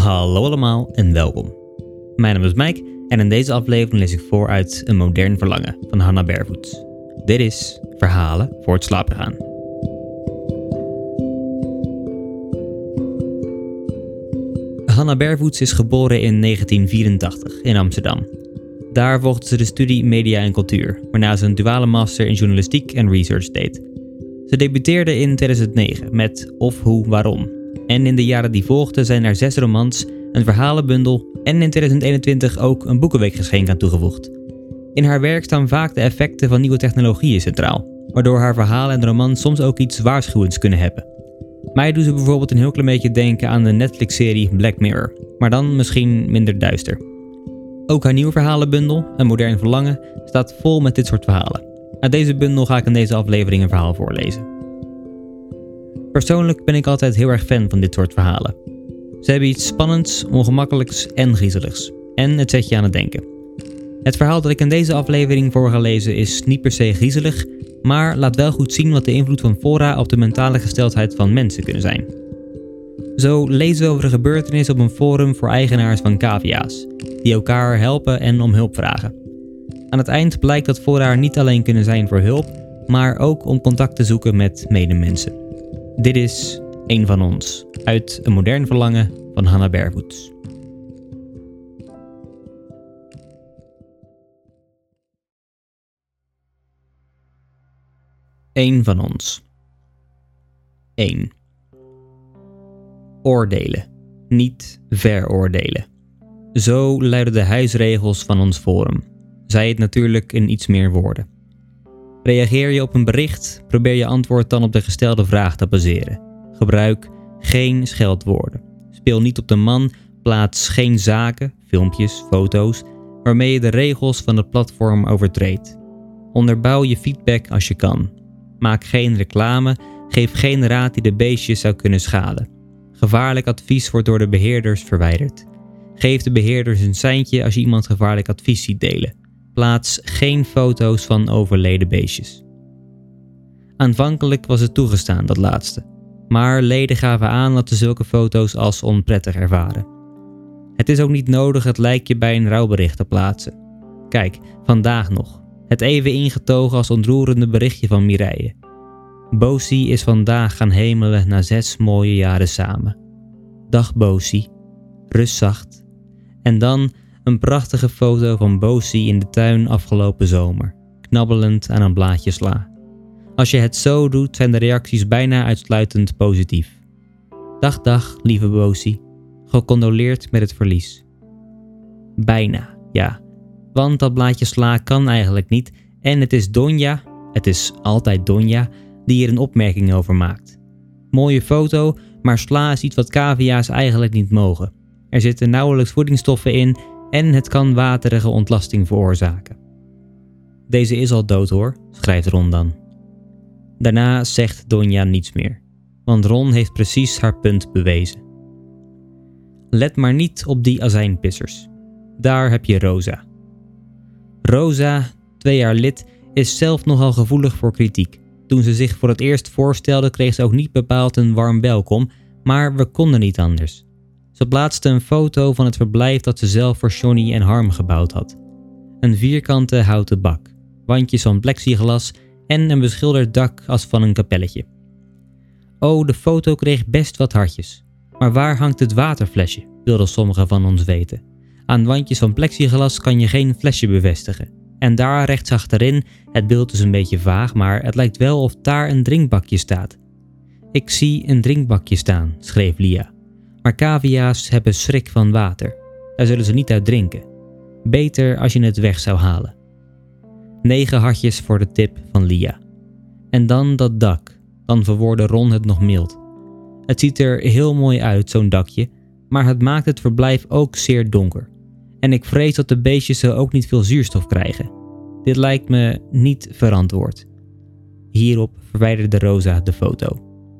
Hallo allemaal en welkom. Mijn naam is Mike en in deze aflevering lees ik voor uit Een modern verlangen van Hannah Barefoots. Dit is Verhalen voor het slapen gaan. Hannah Barefoots is geboren in 1984 in Amsterdam. Daar volgde ze de studie Media en Cultuur, waarna ze een duale master in journalistiek en research deed. Ze debuteerde in 2009 met Of, Hoe, Waarom. En in de jaren die volgden zijn er 6 romans, een verhalenbundel en in 2021 ook een boekenweekgeschenk aan toegevoegd. In haar werk staan vaak de effecten van nieuwe technologieën centraal, waardoor haar verhalen en romans soms ook iets waarschuwends kunnen hebben. Mij doen ze bijvoorbeeld een heel klein beetje denken aan de Netflix-serie Black Mirror, maar dan misschien minder duister. Ook haar nieuwe verhalenbundel, Een modern verlangen, staat vol met dit soort verhalen. Uit deze bundel ga ik in deze aflevering een verhaal voorlezen. Persoonlijk ben ik altijd heel erg fan van dit soort verhalen. Ze hebben iets spannends, ongemakkelijks en griezeligs. En het zet je aan het denken. Het verhaal dat ik in deze aflevering voor ga lezen is niet per se griezelig, maar laat wel goed zien wat de invloed van fora op de mentale gesteldheid van mensen kunnen zijn. Zo lezen we over een gebeurtenis op een forum voor eigenaars van cavia's, die elkaar helpen en om hulp vragen. Aan het eind blijkt dat fora niet alleen kunnen zijn voor hulp, maar ook om contact te zoeken met medemensen. Dit is Een van ons, uit Een modern verlangen van Hannah Barefoots. Een van ons. 1. Oordelen, niet veroordelen. Zo luiden de huisregels van ons forum. Zij het natuurlijk in iets meer woorden. Reageer je op een bericht, probeer je antwoord dan op de gestelde vraag te baseren. Gebruik geen scheldwoorden. Speel niet op de man, plaats geen zaken, filmpjes, foto's, waarmee je de regels van het platform overtreedt. Onderbouw je feedback als je kan. Maak geen reclame, geef geen raad die de beestjes zou kunnen schaden. Gevaarlijk advies wordt door de beheerders verwijderd. Geef de beheerders een seintje als je iemand gevaarlijk advies ziet delen. Plaats geen foto's van overleden beestjes. Aanvankelijk was het toegestaan, dat laatste. Maar leden gaven aan dat ze zulke foto's als onprettig ervaren. Het is ook niet nodig het lijkje bij een rouwbericht te plaatsen. Kijk, vandaag nog. Het even ingetogen als ontroerende berichtje van Mireille. Bosie is vandaag gaan hemelen na 6 mooie jaren samen. Dag Bosie, rust zacht. En dan een prachtige foto van Bosie in de tuin afgelopen zomer, knabbelend aan een blaadje sla. Als je het zo doet, zijn de reacties bijna uitsluitend positief. Dag, lieve Bosie. Gecondoleerd met het verlies. Bijna, ja. Want dat blaadje sla kan eigenlijk niet en het is Donja, het is altijd Donja, die hier een opmerking over maakt. Mooie foto, maar sla is iets wat cavia's eigenlijk niet mogen. Er zitten nauwelijks voedingsstoffen in en het kan waterige ontlasting veroorzaken. Deze is al dood hoor, schrijft Ron dan. Daarna zegt Donja niets meer, want Ron heeft precies haar punt bewezen. Let maar niet op die azijnpissers. Daar heb je Rosa. Rosa, 2 jaar lid, is zelf nogal gevoelig voor kritiek. Toen ze zich voor het eerst voorstelde kreeg ze ook niet bepaald een warm welkom, maar we konden niet anders. Ze plaatste een foto van het verblijf dat ze zelf voor Johnny en Harm gebouwd had. Een vierkante houten bak, wandjes van plexiglas en een beschilderd dak als van een kapelletje. Oh, de foto kreeg best wat hartjes. Maar waar hangt het waterflesje, wilden sommigen van ons weten. Aan wandjes van plexiglas kan je geen flesje bevestigen. En daar rechts achterin, het beeld is een beetje vaag, maar het lijkt wel of daar een drinkbakje staat. Ik zie een drinkbakje staan, schreef Lia. Maar cavia's hebben schrik van water. Daar zullen ze niet uit drinken. Beter als je het weg zou halen. 9 hartjes voor de tip van Lia. En dan dat dak. Dan verwoordde Ron het nog mild. Het ziet er heel mooi uit, zo'n dakje, maar het maakt het verblijf ook zeer donker. En ik vrees dat de beestjes zo ook niet veel zuurstof krijgen. Dit lijkt me niet verantwoord. Hierop verwijderde Rosa de foto.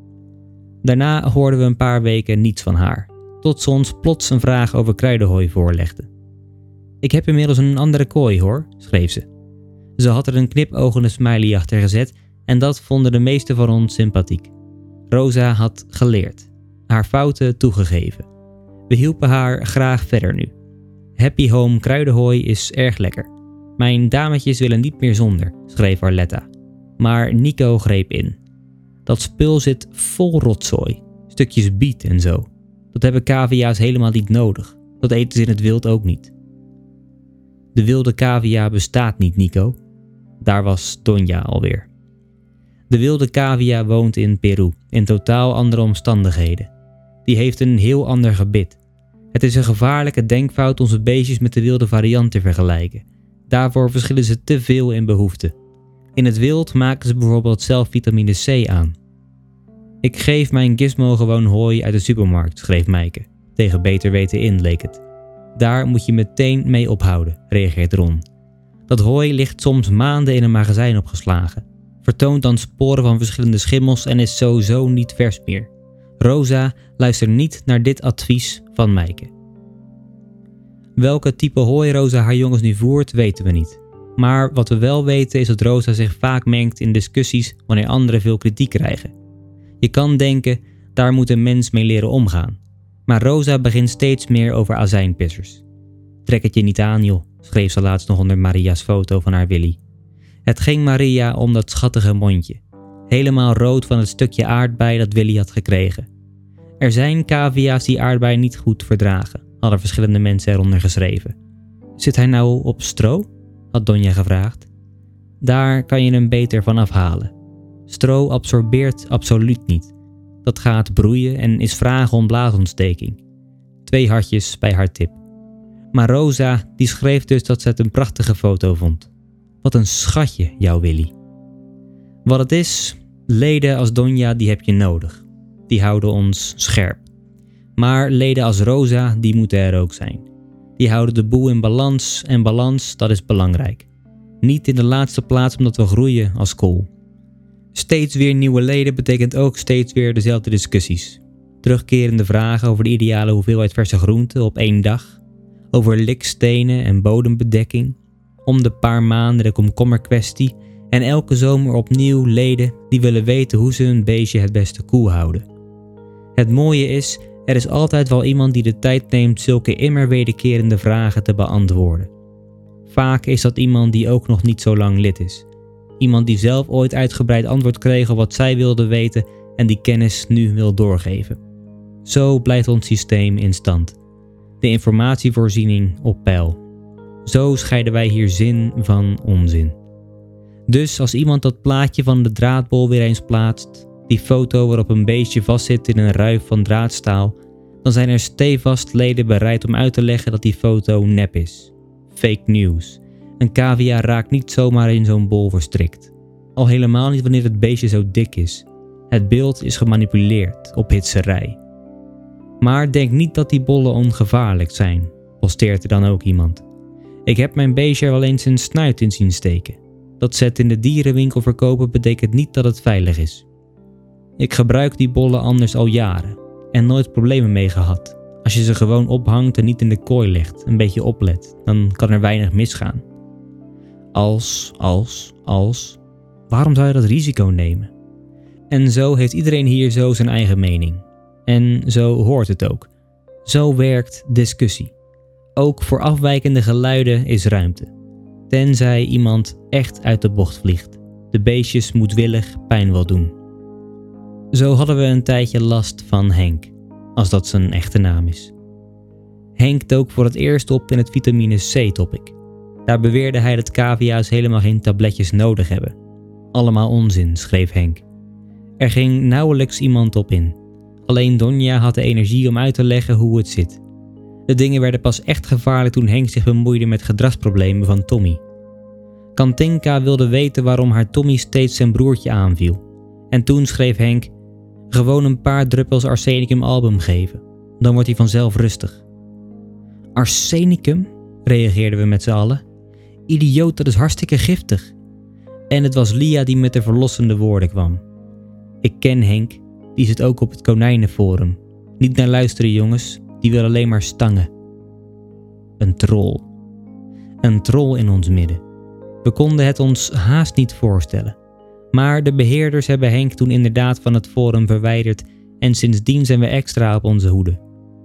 Daarna hoorden we een paar weken niets van haar, tot ze ons plots een vraag over kruidenhooi voorlegde. Ik heb inmiddels een andere kooi hoor, schreef ze. Ze had er een knipogende smiley achter gezet en dat vonden de meesten van ons sympathiek. Rosa had geleerd, haar fouten toegegeven. We hielpen haar graag verder nu. Happy Home kruidenhooi is erg lekker. Mijn dametjes willen niet meer zonder, schreef Arletta. Maar Nico greep in. Dat spul zit vol rotzooi, stukjes biet en zo. Dat hebben cavia's helemaal niet nodig. Dat eten ze in het wild ook niet. De wilde cavia bestaat niet, Nico. Daar was Donja alweer. De wilde cavia woont in Peru, in totaal andere omstandigheden. Die heeft een heel ander gebit. Het is een gevaarlijke denkfout onze beestjes met de wilde variant te vergelijken. Daarvoor verschillen ze te veel in behoeften. In het wild maken ze bijvoorbeeld zelf vitamine C aan. Ik geef mijn gizmo gewoon hooi uit de supermarkt, schreef Meike. Tegen beter weten in, leek het. Daar moet je meteen mee ophouden, reageert Ron. Dat hooi ligt soms maanden in een magazijn opgeslagen. Vertoont dan sporen van verschillende schimmels en is sowieso niet vers meer. Rosa, luister niet naar dit advies van Meike. Welke type hooi Rosa haar jongens nu voert, weten we niet. Maar wat we wel weten is dat Rosa zich vaak mengt in discussies wanneer anderen veel kritiek krijgen. Je kan denken, daar moet een mens mee leren omgaan. Maar Rosa begint steeds meer over azijnpissers. Trek het je niet aan, joh, schreef ze laatst nog onder Maria's foto van haar Willy. Het ging Maria om dat schattige mondje. Helemaal rood van het stukje aardbei dat Willy had gekregen. Er zijn cavia's die aardbei niet goed verdragen, hadden verschillende mensen eronder geschreven. Zit hij nou op stro? Had Donja gevraagd. Daar kan je hem beter van afhalen. Stro absorbeert absoluut niet. Dat gaat broeien en is vragen om blaasontsteking. 2 hartjes bij haar tip. Maar Rosa, die schreef dus dat ze het een prachtige foto vond. Wat een schatje, jouw Willy. Wat het is, leden als Donja, die heb je nodig. Die houden ons scherp. Maar leden als Rosa, die moeten er ook zijn. Die houden de boel in balans en balans, dat is belangrijk. Niet in de laatste plaats omdat we groeien als kool. Steeds weer nieuwe leden betekent ook steeds weer dezelfde discussies. Terugkerende vragen over de ideale hoeveelheid verse groenten op 1 dag. Over likstenen en bodembedekking. Om de paar maanden de komkommerkwestie. En elke zomer opnieuw leden die willen weten hoe ze hun beestje het beste koel houden. Het mooie is, er is altijd wel iemand die de tijd neemt zulke immer wederkerende vragen te beantwoorden. Vaak is dat iemand die ook nog niet zo lang lid is. Iemand die zelf ooit uitgebreid antwoord kreeg op wat zij wilde weten en die kennis nu wil doorgeven. Zo blijft ons systeem in stand. De informatievoorziening op peil. Zo scheiden wij hier zin van onzin. Dus als iemand dat plaatje van de draadbol weer eens plaatst, die foto waarop een beestje vastzit in een ruif van draadstaal, dan zijn er stevast leden bereid om uit te leggen dat die foto nep is. Fake news. Een cavia raakt niet zomaar in zo'n bol verstrikt. Al helemaal niet wanneer het beestje zo dik is. Het beeld is gemanipuleerd op hitserij. Maar denk niet dat die bollen ongevaarlijk zijn, posteert er dan ook iemand. Ik heb mijn beestje er wel eens een snuit in zien steken. Dat ze het in de dierenwinkel verkopen betekent niet dat het veilig is. Ik gebruik die bollen anders al jaren en nooit problemen mee gehad. Als je ze gewoon ophangt en niet in de kooi legt, een beetje oplet, dan kan er weinig misgaan. Waarom zou je dat risico nemen? En zo heeft iedereen hier zo zijn eigen mening. En zo hoort het ook. Zo werkt discussie. Ook voor afwijkende geluiden is ruimte. Tenzij iemand echt uit de bocht vliegt. De beestjes moedwillig pijn wil doen. Zo hadden we een tijdje last van Henk, als dat zijn echte naam is. Henk dook voor het eerst op in het vitamine C topic. Daar beweerde hij dat cavia's helemaal geen tabletjes nodig hebben. Allemaal onzin, schreef Henk. Er ging nauwelijks iemand op in. Alleen Donja had de energie om uit te leggen hoe het zit. De dingen werden pas echt gevaarlijk toen Henk zich bemoeide met gedragsproblemen van Tommy. Katinka wilde weten waarom haar Tommy steeds zijn broertje aanviel. En toen schreef Henk, gewoon een paar druppels arsenicum album geven. Dan wordt hij vanzelf rustig. Arsenicum? Reageerden we met z'n allen. Idioot, dat is hartstikke giftig. En het was Lia die met de verlossende woorden kwam. Ik ken Henk, die zit ook op het konijnenforum. Niet naar luisteren jongens, die wil alleen maar stangen. Een troll. Een troll in ons midden. We konden het ons haast niet voorstellen. Maar de beheerders hebben Henk toen inderdaad van het forum verwijderd en sindsdien zijn we extra op onze hoede.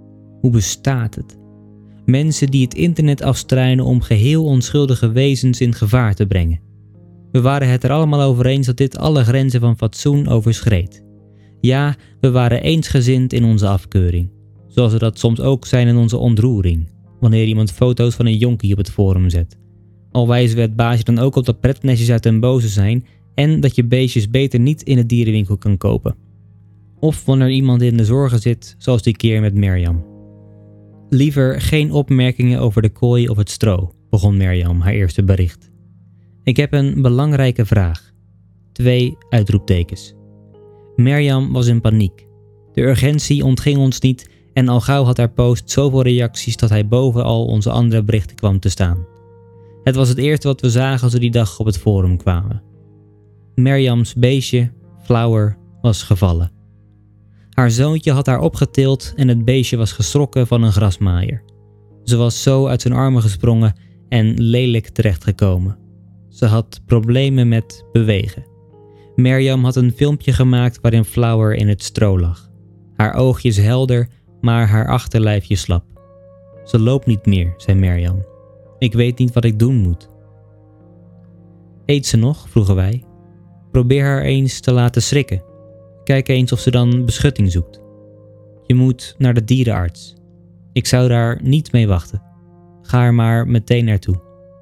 Hoe bestaat het? Mensen die het internet afstruinen om geheel onschuldige wezens in gevaar te brengen. We waren het er allemaal over eens dat dit alle grenzen van fatsoen overschreed. Ja, we waren eensgezind in onze afkeuring. Zoals we dat soms ook zijn in onze ontroering, wanneer iemand foto's van een jonkie op het forum zet. Al wijzen we het baasje dan ook op dat pretnestjes uit den boze zijn en dat je beestjes beter niet in de dierenwinkel kan kopen. Of wanneer iemand in de zorgen zit, zoals die keer met Mirjam. Liever geen opmerkingen over de kooi of het stro, begon Mirjam haar eerste bericht. Ik heb een belangrijke vraag. 2 uitroeptekens. Mirjam was in paniek. De urgentie ontging ons niet en al gauw had haar post zoveel reacties dat hij boven al onze andere berichten kwam te staan. Het was het eerste wat we zagen als we die dag op het forum kwamen. Mirjams beestje, Flower, was gevallen. Haar zoontje had haar opgetild en het beestje was geschrokken van een grasmaaier. Ze was zo uit zijn armen gesprongen en lelijk terechtgekomen. Ze had problemen met bewegen. Mirjam had een filmpje gemaakt waarin Flower in het stro lag. Haar oogjes helder, maar haar achterlijfje slap. Ze loopt niet meer, zei Mirjam. Ik weet niet wat ik doen moet. Eet ze nog? Vroegen wij. Probeer haar eens te laten schrikken. Kijk eens of ze dan beschutting zoekt. Je moet naar de dierenarts. Ik zou daar niet mee wachten. Ga er maar meteen naartoe.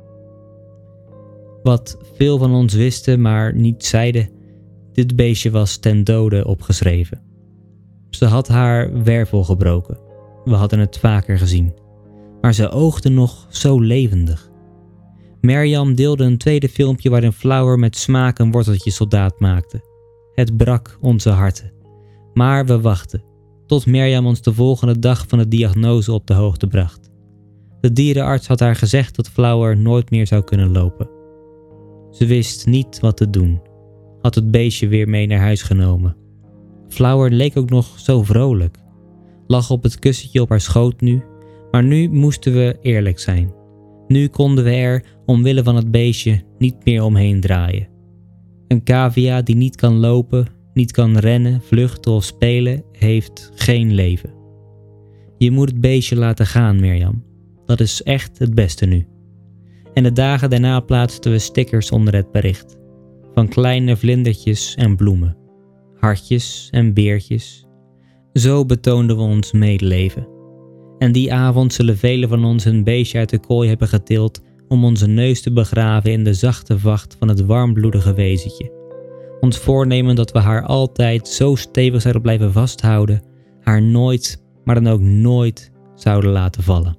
Wat veel van ons wisten, maar niet zeiden, dit beestje was ten dode opgeschreven. Ze had haar wervel gebroken. We hadden het vaker gezien. Maar ze oogde nog zo levendig. Mirjam deelde een tweede filmpje waarin Flower met smaak een worteltje soldaat maakte. Het brak onze harten. Maar we wachten, tot Mirjam ons de volgende dag van de diagnose op de hoogte bracht. De dierenarts had haar gezegd dat Flower nooit meer zou kunnen lopen. Ze wist niet wat te doen, had het beestje weer mee naar huis genomen. Flower leek ook nog zo vrolijk, lag op het kussentje op haar schoot nu, maar nu moesten we eerlijk zijn. Nu konden we er, omwille van het beestje, niet meer omheen draaien. Een cavia die niet kan lopen, niet kan rennen, vluchten of spelen, heeft geen leven. Je moet het beestje laten gaan, Mirjam. Dat is echt het beste nu. En de dagen daarna plaatsten we stickers onder het bericht. Van kleine vlindertjes en bloemen. Hartjes en beertjes. Zo betoonden we ons medeleven. En die avond zullen velen van ons een beestje uit de kooi hebben getild om onze neus te begraven in de zachte vacht van het warmbloedige wezentje. Ons voornemen dat we haar altijd zo stevig zouden blijven vasthouden, haar nooit, maar dan ook nooit zouden laten vallen.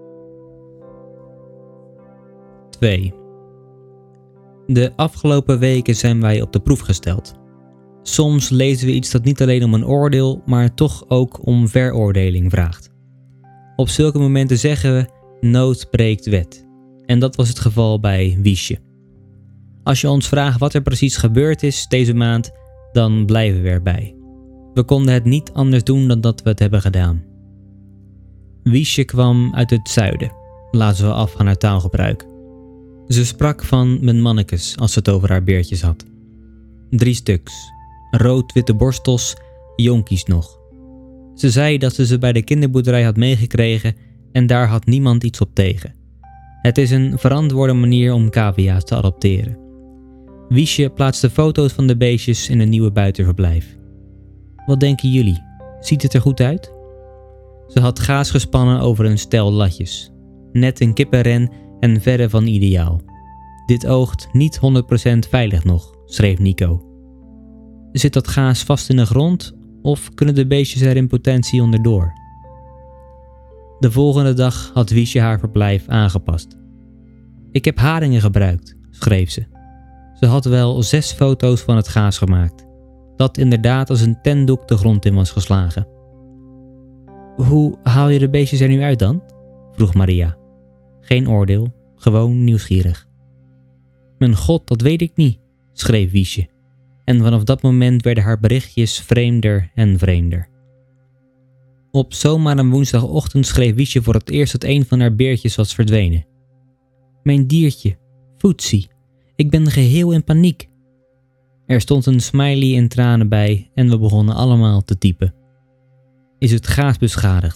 2. De afgelopen weken zijn wij op de proef gesteld. Soms lezen we iets dat niet alleen om een oordeel, maar toch ook om veroordeling vraagt. Op zulke momenten zeggen we, nood breekt wet. En dat was het geval bij Wiesje. Als je ons vraagt wat er precies gebeurd is deze maand, dan blijven we erbij. We konden het niet anders doen dan dat we het hebben gedaan. Wiesje kwam uit het zuiden, laten we af van haar taalgebruik. Ze sprak van mijn mannekes als ze het over haar beertjes had. 3 stuks, rood-witte borstels, jonkies nog. Ze zei dat ze bij de kinderboerderij had meegekregen en daar had niemand iets op tegen. Het is een verantwoorde manier om cavia's te adopteren. Wiesje plaatste foto's van de beestjes in een nieuwe buitenverblijf. Wat denken jullie? Ziet het er goed uit? Ze had gaas gespannen over een stel latjes. Net een kippenren en verre van ideaal. Dit oogt niet 100% veilig nog, schreef Nico. Zit dat gaas vast in de grond of kunnen de beestjes er in potentie onderdoor? De volgende dag had Wiesje haar verblijf aangepast. Ik heb haringen gebruikt, schreef ze. Ze had wel 6 foto's van het gaas gemaakt, dat inderdaad als een tentdoek de grond in was geslagen. Hoe haal je de beestjes er nu uit dan? Vroeg Maria. Geen oordeel, gewoon nieuwsgierig. Mijn god, dat weet ik niet, schreef Wiesje. En vanaf dat moment werden haar berichtjes vreemder en vreemder. Op zomaar een woensdagochtend schreef Wiesje voor het eerst dat een van haar beertjes was verdwenen. Mijn diertje, Foetsie, ik ben geheel in paniek. Er stond een smiley in tranen bij en we begonnen allemaal te typen. Is het gaas beschadigd?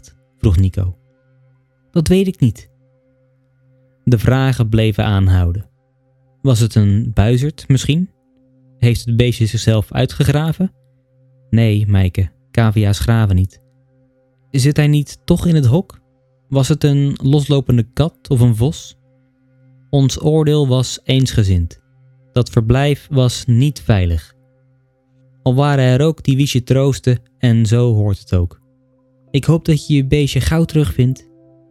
vroeg Nico. Dat weet ik niet. De vragen bleven aanhouden. Was het een buizerd misschien? Heeft het beestje zichzelf uitgegraven? Nee, Meike, cavia's graven niet. Zit hij niet toch in het hok? Was het een loslopende kat of een vos? Ons oordeel was eensgezind. Dat verblijf was niet veilig. Al waren er ook die Wiesje troosten en zo hoort het ook. Ik hoop dat je je beestje gauw terugvindt.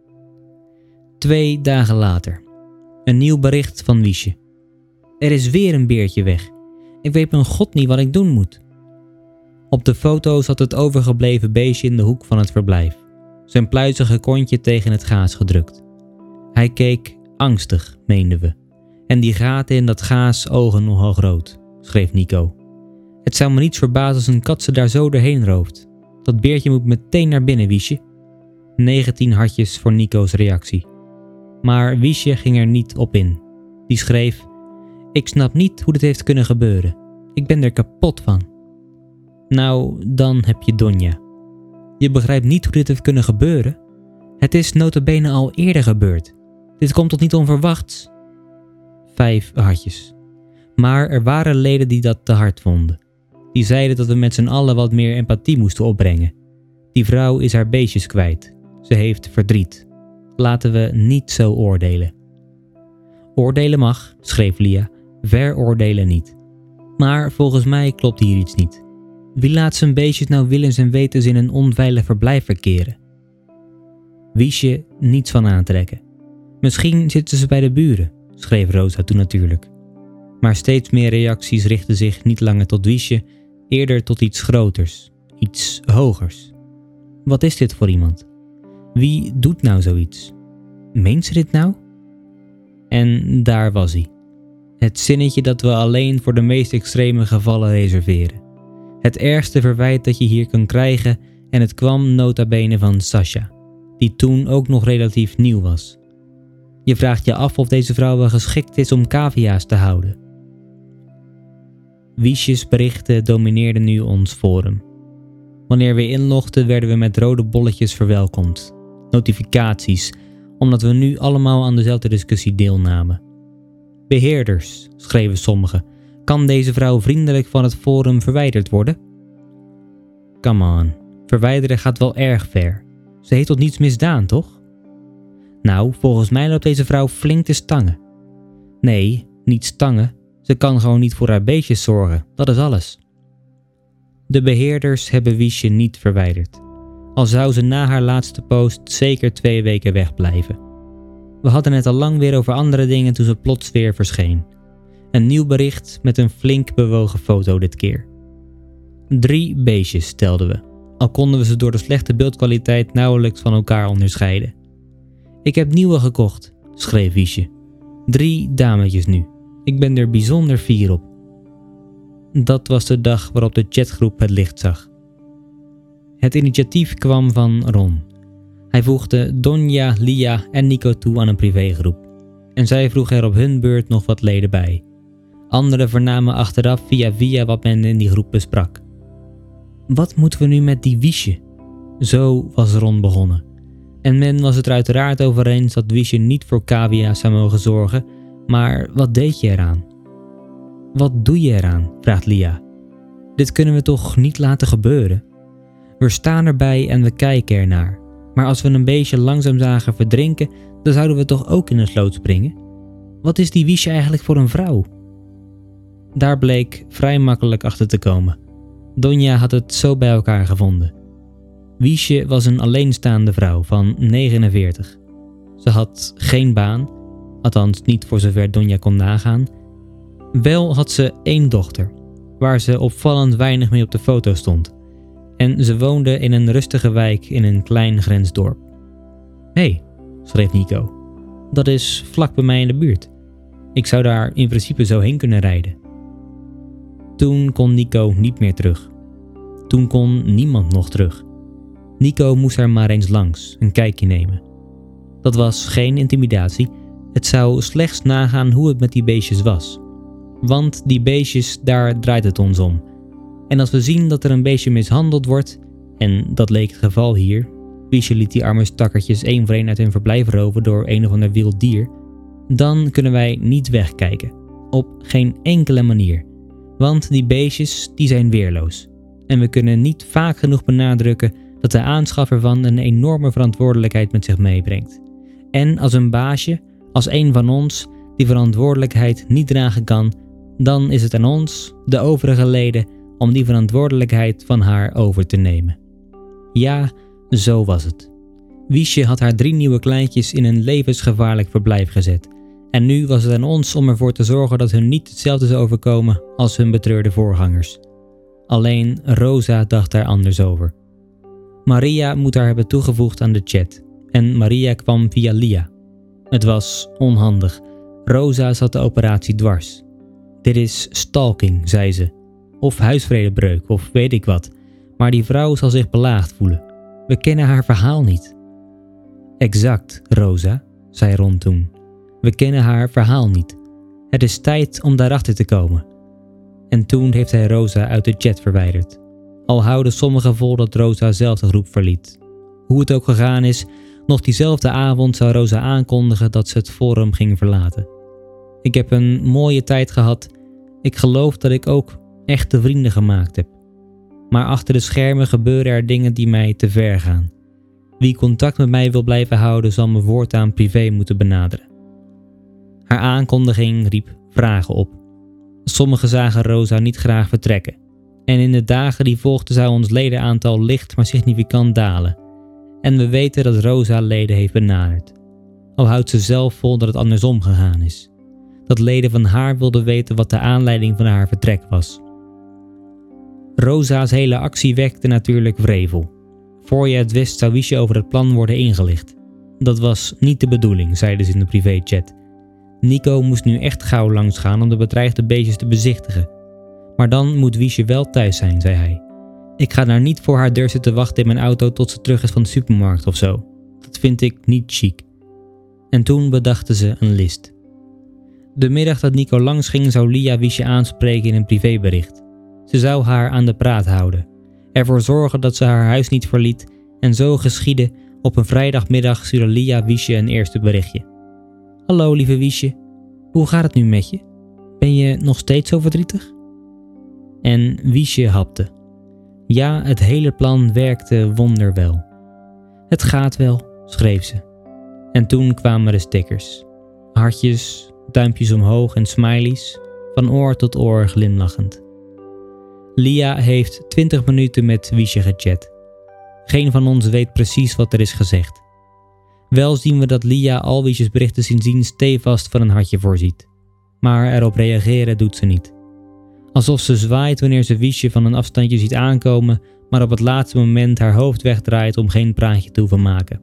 2 dagen later. Een nieuw bericht van Wiesje. Er is weer een beertje weg. Ik weet mijn god niet wat ik doen moet. Op de foto zat het overgebleven beestje in de hoek van het verblijf. Zijn pluizige kontje tegen het gaas gedrukt. Hij keek angstig, meenden we. En die gaten in dat gaas ogen nogal groot, schreef Nico. Het zou me niets verbazen als een kat ze daar zo doorheen rooft. Dat beertje moet meteen naar binnen, Wiesje. 19 hartjes voor Nico's reactie. Maar Wiesje ging er niet op in. Die schreef: ik snap niet hoe dit heeft kunnen gebeuren. Ik ben er kapot van. Nou, dan heb je Donja. Je begrijpt niet hoe dit heeft kunnen gebeuren? Het is nota bene al eerder gebeurd. Dit komt toch niet onverwachts? 5 hartjes. Maar er waren leden die dat te hard vonden. Die zeiden dat we met z'n allen wat meer empathie moesten opbrengen. Die vrouw is haar beestjes kwijt. Ze heeft verdriet. Laten we niet zo oordelen. Oordelen mag, schreef Lia, veroordelen niet. Maar volgens mij klopt hier iets niet. Wie laat zijn beestjes nou willens en wetens in een onveilig verblijf verkeren? Wiesje niets van aantrekken. Misschien zitten ze bij de buren, schreef Rosa toen natuurlijk. Maar steeds meer reacties richten zich niet langer tot Wiesje, eerder tot iets groters, iets hogers. Wat is dit voor iemand? Wie doet nou zoiets? Meent ze dit nou? En daar was hij. Het zinnetje dat we alleen voor de meest extreme gevallen reserveren. Het ergste verwijt dat je hier kan krijgen en het kwam nota bene van Sascha, die toen ook nog relatief nieuw was. Je vraagt je af of deze vrouw wel geschikt is om cavia's te houden. Wiesjes berichten domineerden nu ons forum. Wanneer we inlogden werden we met rode bolletjes verwelkomd. Notificaties, omdat we nu allemaal aan dezelfde discussie deelnamen. Beheerders, schreven sommigen. Kan deze vrouw vriendelijk van het forum verwijderd worden? Come on, verwijderen gaat wel erg ver. Ze heeft tot niets misdaan, toch? Nou, volgens mij loopt deze vrouw flink te stangen. Nee, niet stangen. Ze kan gewoon niet voor haar beestjes zorgen, dat is alles. De beheerders hebben Wiesje niet verwijderd. Al zou ze na haar laatste post zeker 2 weken wegblijven. We hadden het al lang weer over andere dingen toen ze plots weer verscheen. Een nieuw bericht met een flink bewogen foto dit keer. 3 beestjes stelden we, al konden we ze door de slechte beeldkwaliteit nauwelijks van elkaar onderscheiden. Ik heb nieuwe gekocht, schreef Wiesje. 3 dametjes nu. Ik ben er bijzonder fier op. Dat was de dag waarop de chatgroep het licht zag. Het initiatief kwam van Ron. Hij voegde Donja, Lia en Nico toe aan een privégroep. En zij vroegen er op hun beurt nog wat leden bij. Anderen vernamen achteraf via wat men in die groep besprak. Wat moeten we nu met die Wiesje? Zo was Ron begonnen. En men was het er uiteraard over eens dat Wiesje niet voor cavia zou mogen zorgen, maar wat deed je eraan? Wat doe je eraan? Vraagt Lia. Dit kunnen we toch niet laten gebeuren? We staan erbij en we kijken ernaar. Maar als we een beestje langzaam zagen verdrinken, dan zouden we toch ook in een sloot springen? Wat is die Wiesje eigenlijk voor een vrouw? Daar bleek vrij makkelijk achter te komen. Donja had het zo bij elkaar gevonden. Wiesje was een alleenstaande vrouw van 49. Ze had geen baan, althans niet voor zover Donja kon nagaan. Wel had ze 1 dochter, waar ze opvallend weinig mee op de foto stond. En ze woonde in een rustige wijk in een klein grensdorp. Hé, schreef Nico, dat is vlak bij mij in de buurt. Ik zou daar in principe zo heen kunnen rijden. Toen kon Nico niet meer terug. Toen kon niemand nog terug. Nico moest er maar eens langs, een kijkje nemen. Dat was geen intimidatie, het zou slechts nagaan hoe het met die beestjes was. Want die beestjes, daar draait het ons om. En als we zien dat er een beestje mishandeld wordt, en dat leek het geval hier, Wiesje liet die arme stakkertjes één voor één uit hun verblijf roven door een of ander wild dier, dan kunnen wij niet wegkijken. Op geen enkele manier. Want die beestjes die zijn weerloos. En we kunnen niet vaak genoeg benadrukken dat de aanschaf ervan een enorme verantwoordelijkheid met zich meebrengt. En als een baasje, als een van ons, die verantwoordelijkheid niet dragen kan, dan is het aan ons, de overige leden, om die verantwoordelijkheid van haar over te nemen. Ja, zo was het. Wiesje had haar 3 nieuwe kleintjes in een levensgevaarlijk verblijf gezet. En nu was het aan ons om ervoor te zorgen dat hun niet hetzelfde zou overkomen als hun betreurde voorgangers. Alleen Rosa dacht daar anders over. Maria moet haar hebben toegevoegd aan de chat. En Maria kwam via Lia. Het was onhandig. Rosa zat de operatie dwars. Dit is stalking, zei ze. Of huisvredebreuk, of weet ik wat. Maar die vrouw zal zich belaagd voelen. We kennen haar verhaal niet. Exact, Rosa, zei Ron toen. We kennen haar verhaal niet. Het is tijd om daarachter te komen. En toen heeft hij Rosa uit de chat verwijderd. Al houden sommigen vol dat Rosa zelf de groep verliet. Hoe het ook gegaan is, nog diezelfde avond zou Rosa aankondigen dat ze het forum ging verlaten. Ik heb een mooie tijd gehad. Ik geloof dat ik ook echte vrienden gemaakt heb. Maar achter de schermen gebeuren er dingen die mij te ver gaan. Wie contact met mij wil blijven houden, zal me voortaan privé moeten benaderen. Haar aankondiging riep vragen op. Sommigen zagen Rosa niet graag vertrekken. En in de dagen die volgden zou ons ledenaantal licht maar significant dalen. En we weten dat Rosa leden heeft benaderd. Al houdt ze zelf vol dat het andersom gegaan is. Dat leden van haar wilden weten wat de aanleiding van haar vertrek was. Rosa's hele actie wekte natuurlijk wrevel. Voor je het wist zou Wiesje over het plan worden ingelicht. Dat was niet de bedoeling, zeiden ze in de privéchat. Nico moest nu echt gauw langsgaan om de bedreigde beestjes te bezichtigen. Maar dan moet Wiesje wel thuis zijn, zei hij. Ik ga daar niet voor haar deur zitten wachten in mijn auto tot ze terug is van de supermarkt of zo. Dat vind ik niet chic. En toen bedachten ze een list. De middag dat Nico langs ging zou Lia Wiesje aanspreken in een privébericht. Ze zou haar aan de praat houden. Ervoor zorgen dat ze haar huis niet verliet en zo geschiedde. Op een vrijdagmiddag stuurde Lia Wiesje een eerste berichtje. Hallo lieve Wiesje, hoe gaat het nu met je? Ben je nog steeds zo verdrietig? En Wiesje hapte. Ja, het hele plan werkte wonderwel. Het gaat wel, schreef ze. En toen kwamen de stickers. Hartjes, duimpjes omhoog en smileys, van oor tot oor glimlachend. Lia heeft 20 minuten met Wiesje gechat. Geen van ons weet precies wat er is gezegd. Wel zien we dat Lia al Wiesjes berichten sindsdien stevast van een hartje voorziet. Maar erop reageren doet ze niet. Alsof ze zwaait wanneer ze Wiesje van een afstandje ziet aankomen, maar op het laatste moment haar hoofd wegdraait om geen praatje te hoeven maken.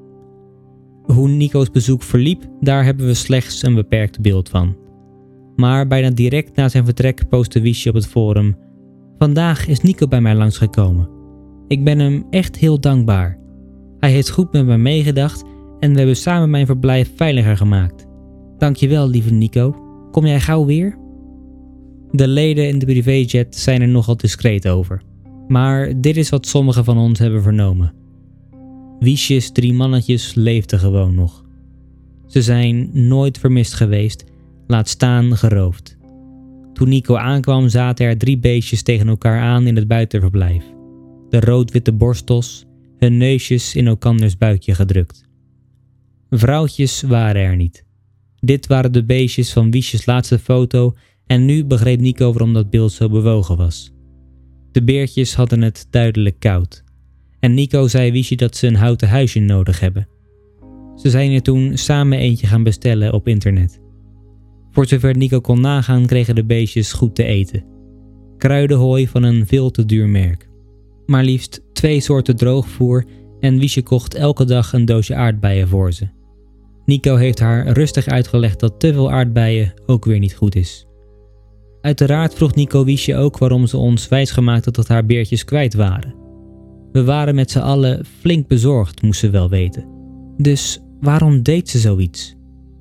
Hoe Nico's bezoek verliep, daar hebben we slechts een beperkt beeld van. Maar bijna direct na zijn vertrek postte Wiesje op het forum: Vandaag is Nico bij mij langsgekomen. Ik ben hem echt heel dankbaar. Hij heeft goed met me meegedacht en we hebben samen mijn verblijf veiliger gemaakt. Dankjewel, lieve Nico. Kom jij gauw weer? De leden in de privéchat zijn er nogal discreet over. Maar dit is wat sommigen van ons hebben vernomen. Wiesjes 3 mannetjes leefden gewoon nog. Ze zijn nooit vermist geweest, laat staan geroofd. Toen Nico aankwam zaten er 3 beestjes tegen elkaar aan in het buitenverblijf. De rood-witte borstels, hun neusjes in elkanders buikje gedrukt. Vrouwtjes waren er niet. Dit waren de beestjes van Wiesjes laatste foto en nu begreep Nico waarom dat beeld zo bewogen was. De beertjes hadden het duidelijk koud. En Nico zei Wiesje dat ze een houten huisje nodig hebben. Ze zijn er toen samen eentje gaan bestellen op internet. Voor zover Nico kon nagaan kregen de beestjes goed te eten. Kruidenhooi van een veel te duur merk. Maar liefst 2 soorten droogvoer en Wiesje kocht elke dag een doosje aardbeien voor ze. Nico heeft haar rustig uitgelegd dat te veel aardbeien ook weer niet goed is. Uiteraard vroeg Nico Wiesje ook waarom ze ons wijsgemaakt had dat haar beertjes kwijt waren. We waren met z'n allen flink bezorgd, moest ze wel weten. Dus waarom deed ze zoiets?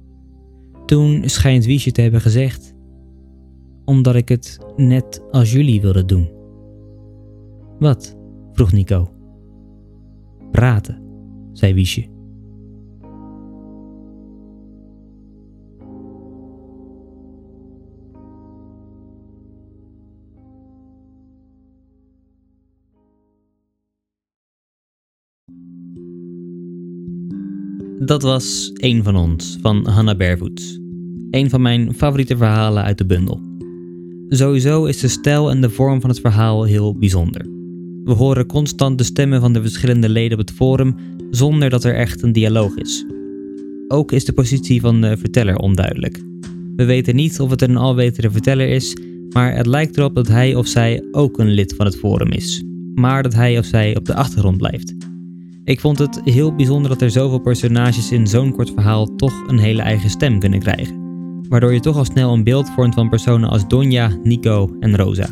Toen schijnt Wiesje te hebben gezegd: omdat ik het net als jullie wilde doen. Wat? Vroeg Nico. Praten, zei Wiesje. Dat was Een van ons van Hannah Barefoots. Een van mijn favoriete verhalen uit de bundel. Sowieso is de stijl en de vorm van het verhaal heel bijzonder. We horen constant de stemmen van de verschillende leden op het forum zonder dat er echt een dialoog is. Ook is de positie van de verteller onduidelijk. We weten niet of het een alwetende verteller is, maar het lijkt erop dat hij of zij ook een lid van het forum is, maar dat hij of zij op de achtergrond blijft. Ik vond het heel bijzonder dat er zoveel personages in zo'n kort verhaal toch een hele eigen stem kunnen krijgen, waardoor je toch al snel een beeld vormt van personen als Donja, Nico en Rosa.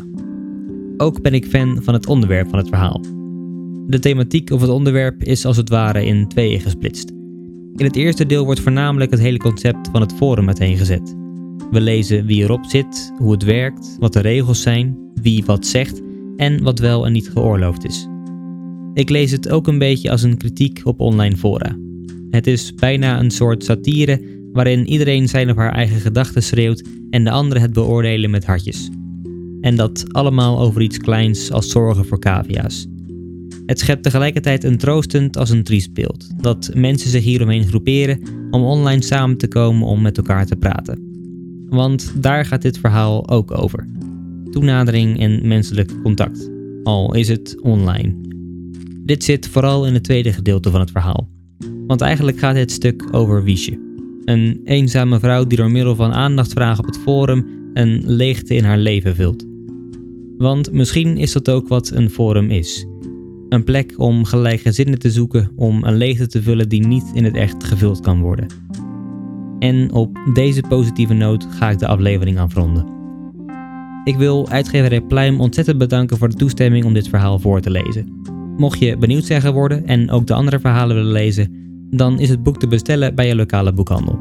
Ook ben ik fan van het onderwerp van het verhaal. De thematiek of het onderwerp is als het ware in tweeën gesplitst. In het eerste deel wordt voornamelijk het hele concept van het forum uiteengezet. We lezen wie erop zit, hoe het werkt, wat de regels zijn, wie wat zegt en wat wel en niet geoorloofd is. Ik lees het ook een beetje als een kritiek op online fora. Het is bijna een soort satire waarin iedereen zijn of haar eigen gedachten schreeuwt en de anderen het beoordelen met hartjes. En dat allemaal over iets kleins als zorgen voor cavia's. Het schept tegelijkertijd een troostend als een triest beeld, dat mensen zich hieromheen groeperen om online samen te komen om met elkaar te praten. Want daar gaat dit verhaal ook over. Toenadering en menselijk contact, al is het online. Dit zit vooral in het tweede gedeelte van het verhaal. Want eigenlijk gaat dit stuk over Wiesje. Een eenzame vrouw die door middel van aandachtsvragen op het forum een leegte in haar leven vult. Want misschien is dat ook wat een forum is. Een plek om gelijkgezinden te zoeken om een leegte te vullen die niet in het echt gevuld kan worden. En op deze positieve noot ga ik de aflevering afronden. Ik wil uitgeverij Pluim ontzettend bedanken voor de toestemming om dit verhaal voor te lezen. Mocht je benieuwd zijn geworden en ook de andere verhalen willen lezen, dan is het boek te bestellen bij je lokale boekhandel.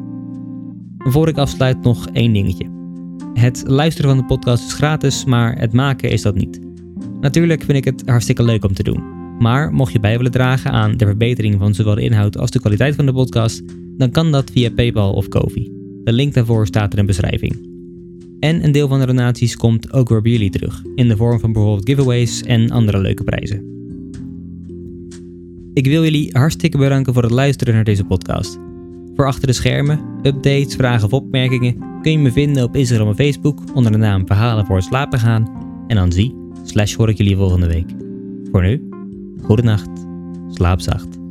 Voor ik afsluit nog één dingetje. Het luisteren van de podcast is gratis, maar het maken is dat niet. Natuurlijk vind ik het hartstikke leuk om te doen. Maar mocht je bij willen dragen aan de verbetering van zowel de inhoud als de kwaliteit van de podcast, dan kan dat via PayPal of Ko-fi. De link daarvoor staat in de beschrijving. En een deel van de donaties komt ook weer bij jullie terug, in de vorm van bijvoorbeeld giveaways en andere leuke prijzen. Ik wil jullie hartstikke bedanken voor het luisteren naar deze podcast. Voor achter de schermen, updates, vragen of opmerkingen kun je me vinden op Instagram en Facebook onder de naam Verhalen voor het slapen gaan. En dan hoor ik jullie volgende week. Voor nu, goedenacht, slaap zacht.